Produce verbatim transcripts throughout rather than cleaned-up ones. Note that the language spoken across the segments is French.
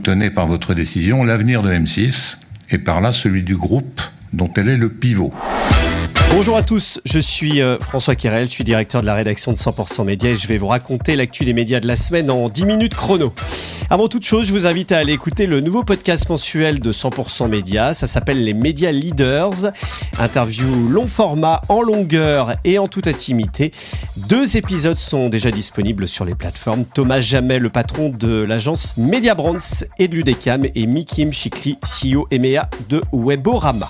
tenez par votre décision l'avenir de M six, et par là celui du groupe dont elle est le pivot. Bonjour à tous, je suis euh, François Quérel, je suis directeur de la rédaction de cent pour cent Média et je vais vous raconter l'actu des médias de la semaine en dix minutes chrono. Avant toute chose, je vous invite à aller écouter le nouveau podcast mensuel de cent pour cent Média, ça s'appelle les Media Leaders, interview long format, en longueur et en toute intimité. Deux épisodes sont déjà disponibles sur les plateformes. Thomas Jamet, le patron de l'agence Media Brands et de l'U D E C A M, et Miki Mchikli, C E O E M E A de Weborama.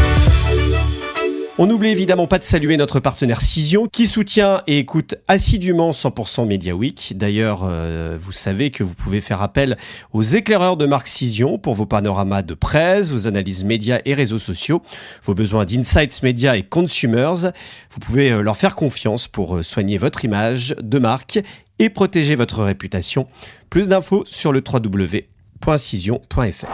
On n'oublie évidemment pas de saluer notre partenaire Cision qui soutient et écoute assidûment cent pour cent Media Week. D'ailleurs, euh, vous savez que vous pouvez faire appel aux éclaireurs de marque Cision pour vos panoramas de presse, vos analyses médias et réseaux sociaux, vos besoins d'insights médias et consumers. Vous pouvez euh, leur faire confiance pour euh, soigner votre image de marque et protéger votre réputation. Plus d'infos sur le w w w point cision point f r.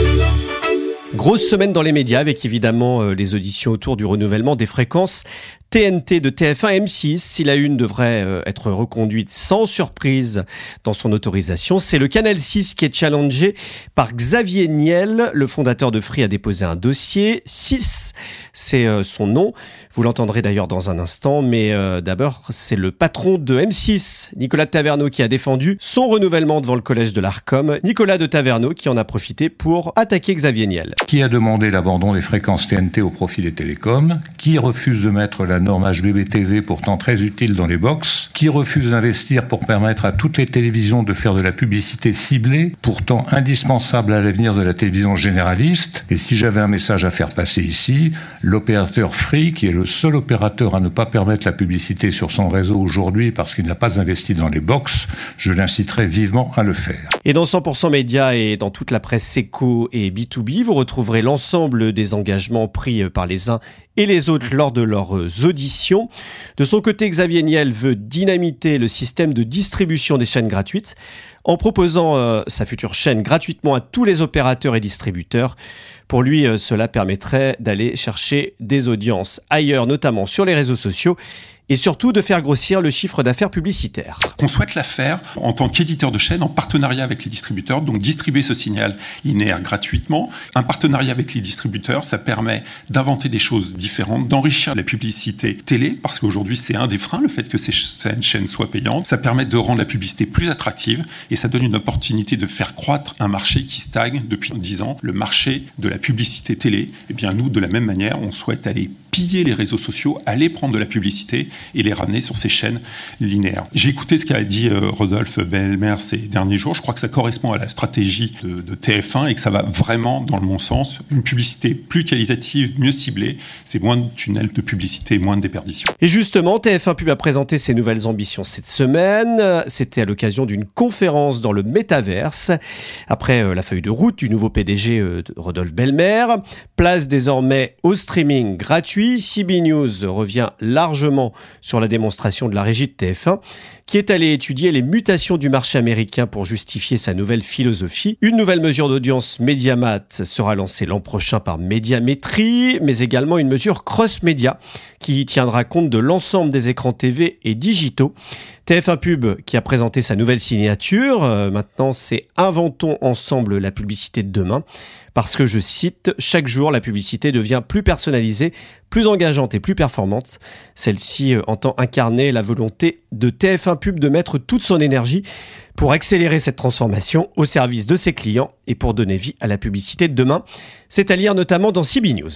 Grosse semaine dans les médias avec évidemment euh, les auditions autour du renouvellement des fréquences T N T de T F un M six. Si la une devrait euh, être reconduite sans surprise dans son autorisation, c'est le Canal six qui est challengé par Xavier Niel. Le fondateur de Free a déposé un dossier. six, c'est euh, son nom. Vous l'entendrez d'ailleurs dans un instant, mais euh, d'abord, c'est le patron de M six, Nicolas de Taverneau, qui a défendu son renouvellement devant le collège de l'Arcom. Nicolas de Taverneau qui en a profité pour attaquer Xavier Niel. Qui a demandé l'abandon des fréquences T N T au profit des télécoms, qui refuse de mettre la norme H B B T V pourtant très utile dans les box, qui refuse d'investir pour permettre à toutes les télévisions de faire de la publicité ciblée, pourtant indispensable à l'avenir de la télévision généraliste. Et si j'avais un message à faire passer ici, l'opérateur Free, qui est le seul opérateur à ne pas permettre la publicité sur son réseau aujourd'hui parce qu'il n'a pas investi dans les box, je l'inciterai vivement à le faire. Et dans cent pour cent Média et dans toute la presse éco et B deux B, vous retrouverez l'ensemble des engagements pris par les uns et les autres lors de leurs auditions. De son côté, Xavier Niel veut dynamiter le système de distribution des chaînes gratuites en proposant euh, sa future chaîne gratuitement à tous les opérateurs et distributeurs. Pour lui, euh, cela permettrait d'aller chercher des audiences ailleurs, notamment sur les réseaux sociaux, et surtout de faire grossir le chiffre d'affaires publicitaire. On souhaite la faire en tant qu'éditeur de chaîne, en partenariat avec les distributeurs, donc distribuer ce signal linéaire gratuitement. Un partenariat avec les distributeurs, ça permet d'inventer des choses différentes, d'enrichir la publicité télé, parce qu'aujourd'hui c'est un des freins, le fait que ces chaînes soient payantes. Ça permet de rendre la publicité plus attractive et ça donne une opportunité de faire croître un marché qui stagne depuis dix ans. Le marché de la publicité télé, eh bien nous, de la même manière, on souhaite aller piller les réseaux sociaux, aller prendre de la publicité et les ramener sur ces chaînes linéaires. J'ai écouté ce qu'a dit euh, Rodolphe Belmer ces derniers jours. Je crois que ça correspond à la stratégie de, de T F un et que ça va vraiment dans le bon sens. Une publicité plus qualitative, mieux ciblée, c'est moins de tunnels de publicité, moins de déperdition. Et justement, T F un Pub a présenté ses nouvelles ambitions cette semaine. C'était à l'occasion d'une conférence dans le métaverse. Après euh, la feuille de route du nouveau P D G euh, de Rodolphe Belmer, place désormais au streaming gratuit. C B News revient largement sur la démonstration de la régie de T F un, qui est allée étudier les mutations du marché américain pour justifier sa nouvelle philosophie. Une nouvelle mesure d'audience Mediamat sera lancée l'an prochain par Médiamétrie, mais également une mesure cross-média qui tiendra compte de l'ensemble des écrans T V et digitaux. T F un Pub qui a présenté sa nouvelle signature. Euh, maintenant, c'est « Inventons ensemble la publicité de demain ». Parce que, je cite, « Chaque jour, la publicité devient plus personnalisée, plus engageante et plus performante. Celle-ci euh, entend incarner la volonté de T F un Pub de mettre toute son énergie pour accélérer cette transformation au service de ses clients et pour donner vie à la publicité de demain. » C'est à lire notamment dans C B News.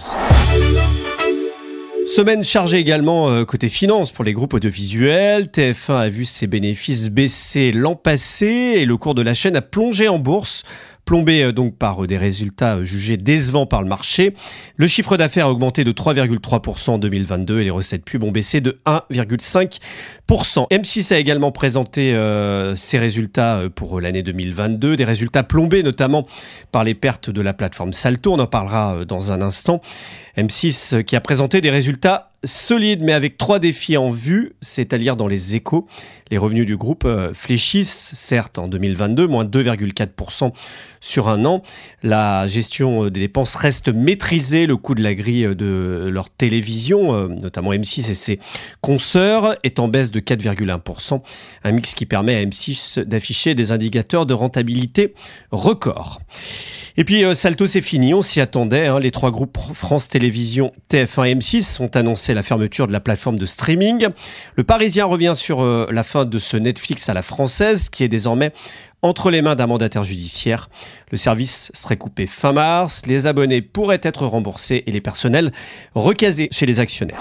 Semaine chargée également euh, côté finance pour les groupes audiovisuels. T F un a vu ses bénéfices baisser l'an passé et le cours de la chaîne a plongé en bourse. Plombé donc par des résultats jugés décevants par le marché. Le chiffre d'affaires a augmenté de trois virgule trois pour cent en deux mille vingt-deux et les recettes pub ont baissé de un virgule cinq pour cent. M six a également présenté euh, ses résultats pour l'année deux mille vingt-deux, des résultats plombés notamment par les pertes de la plateforme Salto, on en parlera dans un instant. M six qui a présenté des résultats solide mais avec trois défis en vue, c'est à lire dans les Échos. Les revenus du groupe fléchissent, certes en deux mille vingt-deux, moins deux virgule quatre pour cent sur un an. La gestion des dépenses reste maîtrisée. Le coût de la grille de leur télévision, notamment M six et ses consoeurs, est en baisse de quatre virgule un pour cent. Un mix qui permet à M six d'afficher des indicateurs de rentabilité record. Et puis euh, Salto, c'est fini, on s'y attendait. Hein. Les trois groupes France Télévisions, T F un et M six ont annoncé la fermeture de la plateforme de streaming. Le Parisien revient sur euh, la fin de ce Netflix à la française, qui est désormais entre les mains d'un mandataire judiciaire. Le service serait coupé fin mars, les abonnés pourraient être remboursés et les personnels recasés chez les actionnaires.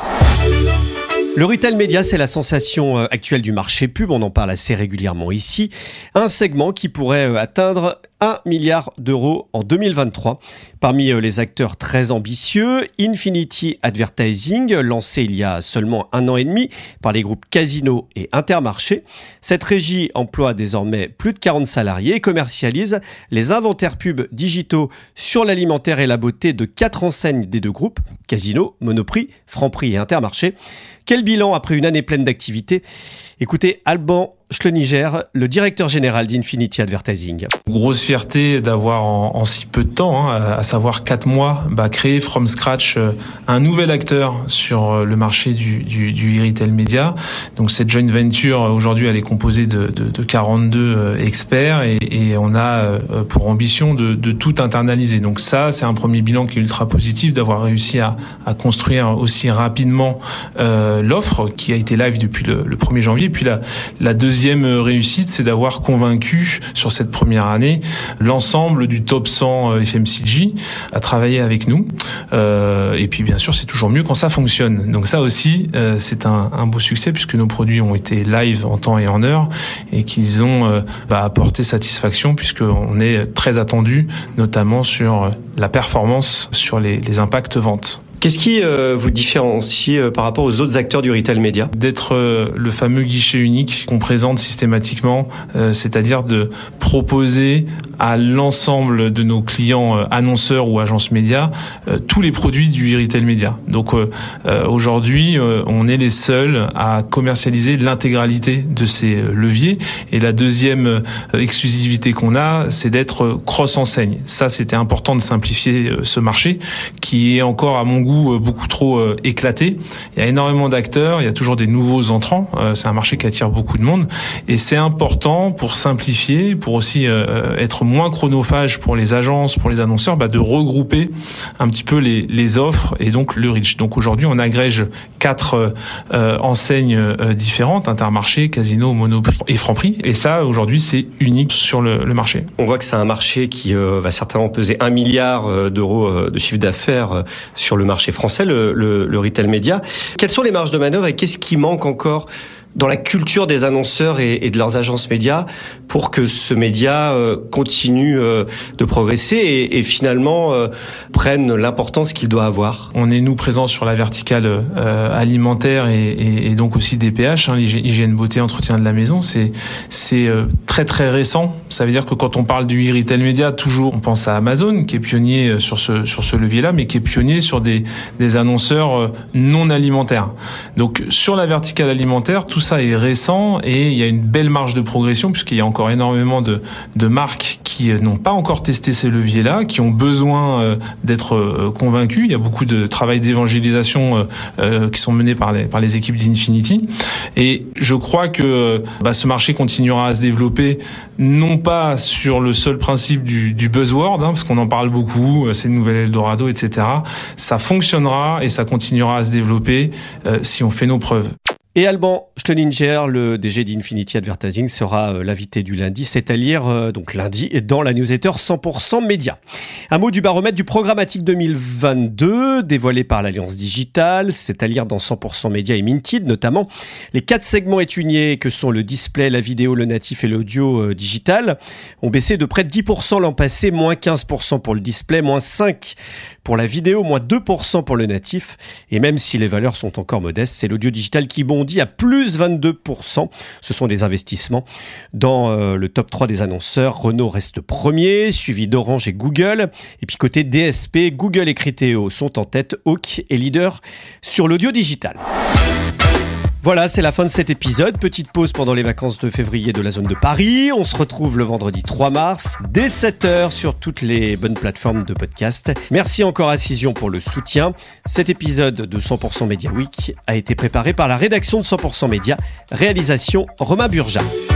Le retail média, c'est la sensation actuelle du marché pub, on en parle assez régulièrement ici. Un segment qui pourrait atteindre un milliard d'euros en deux mille vingt-trois. Parmi les acteurs très ambitieux, Infinity Advertising, lancé il y a seulement un an et demi par les groupes Casino et Intermarché. Cette régie emploie désormais plus de quarante salariés et commercialise les inventaires pubs digitaux sur l'alimentaire et la beauté de quatre enseignes des deux groupes, Casino, Monoprix, Franprix et Intermarché. Quel bilan après une année pleine d'activité ? Écoutez Alban Schlöniger, le directeur général d'Infinity Advertising. Grosse fierté d'avoir en, en si peu de temps, hein, à savoir quatre mois, bah, créé from scratch euh, un nouvel acteur sur euh, le marché du, du, du e-retail média. Donc cette joint venture, aujourd'hui, elle est composée de, de, de quarante-deux euh, experts et, et on a euh, pour ambition de, de tout internaliser. Donc ça, c'est un premier bilan qui est ultra positif, d'avoir réussi à, à construire aussi rapidement euh, l'offre qui a été live depuis le, le premier janvier. Puis la, la deuxième Deuxième réussite, c'est d'avoir convaincu sur cette première année l'ensemble du top cent F M C G à travailler avec nous. Euh, et puis bien sûr, c'est toujours mieux quand ça fonctionne. Donc ça aussi, euh, c'est un, un beau succès puisque nos produits ont été live en temps et en heure et qu'ils ont euh, bah, apporté satisfaction puisqu'on est très attendu, notamment sur la performance, sur les, les impacts ventes. Qu'est-ce qui euh, vous différencie euh, par rapport aux autres acteurs du retail média ? D'être euh, le fameux guichet unique qu'on présente systématiquement, euh, c'est-à-dire de proposer à l'ensemble de nos clients euh, annonceurs ou agences médias euh, tous les produits du retail média. Donc euh, euh, aujourd'hui, euh, on est les seuls à commercialiser l'intégralité de ces leviers. Et la deuxième euh, exclusivité qu'on a, c'est d'être cross-enseigne. Ça, c'était important de simplifier euh, ce marché qui est encore, à mon goût, beaucoup trop euh, éclaté. Il y a énormément d'acteurs, il y a toujours des nouveaux entrants. Euh, c'est un marché qui attire beaucoup de monde et c'est important pour simplifier, pour aussi euh, être moins chronophage pour les agences, pour les annonceurs, bah, de regrouper un petit peu les, les offres et donc le reach. Donc aujourd'hui, on agrège quatre euh, enseignes euh, différentes, Intermarché, Casino, Monoprix et Franprix. Et ça, aujourd'hui, c'est unique sur le, le marché. On voit que c'est un marché qui euh, va certainement peser un milliard d'euros euh, de chiffre d'affaires euh, sur le marché français, le, le, le retail média. Quelles sont les marges de manœuvre et qu'est-ce qui manque encore dans la culture des annonceurs et, et de leurs agences médias pour que ce média euh, continue euh, de progresser et, et finalement euh, prenne l'importance qu'il doit avoir? On est, nous, présents sur la verticale euh, alimentaire et, et, et donc aussi D P H, hein, hygiène, beauté, entretien de la maison. C'est, c'est euh, très très récent. Ça veut dire que quand on parle du e-retail média, toujours on pense à Amazon qui est pionnier sur ce, sur ce levier-là, mais qui est pionnier sur des, des annonceurs euh, non alimentaires. Donc sur la verticale alimentaire, tout ça est récent et il y a une belle marge de progression puisqu'il y a encore énormément de, de marques qui n'ont pas encore testé ces leviers-là, qui ont besoin euh, d'être euh, convaincus. Il y a beaucoup de travail d'évangélisation euh, euh, qui sont menés par les, par les équipes d'Infinity. Et je crois que bah, ce marché continuera à se développer, non pas sur le seul principe du, du buzzword, hein, parce qu'on en parle beaucoup, c'est le nouvel Eldorado, et cetera. Ça fonctionnera et ça continuera à se développer euh, si on fait nos preuves. Et Alban Schlöniger, le D G d'Infinity Advertising, sera euh, l'invité du lundi. C'est à lire euh, donc lundi dans la newsletter cent pour cent Média. Un mot du baromètre du programmatique deux mille vingt-deux, dévoilé par l'Alliance Digitale. C'est à lire dans cent pour cent Média et Minted, notamment. Les quatre segments étudiés, que sont le display, la vidéo, le natif et l'audio euh, digital, ont baissé de près de dix pour cent l'an passé, moins quinze pour cent pour le display, moins cinq pour cent pour la vidéo, moins deux pour cent pour le natif. Et même si les valeurs sont encore modestes, c'est l'audio digital qui bondit bondi à plus vingt-deux pour cent. Ce sont des investissements. Dans euh, le top trois des annonceurs, Renault reste premier, suivi d'Orange et Google. Et puis côté D S P, Google et Criteo sont en tête. Hawk est leader sur l'audio digital. Voilà, c'est la fin de cet épisode. Petite pause pendant les vacances de février de la zone de Paris. On se retrouve le vendredi trois mars, dès sept heures sur toutes les bonnes plateformes de podcast. Merci encore à Cision pour le soutien. Cet épisode de cent pour cent Media Week a été préparé par la rédaction de cent pour cent Média. Réalisation Romain Burja.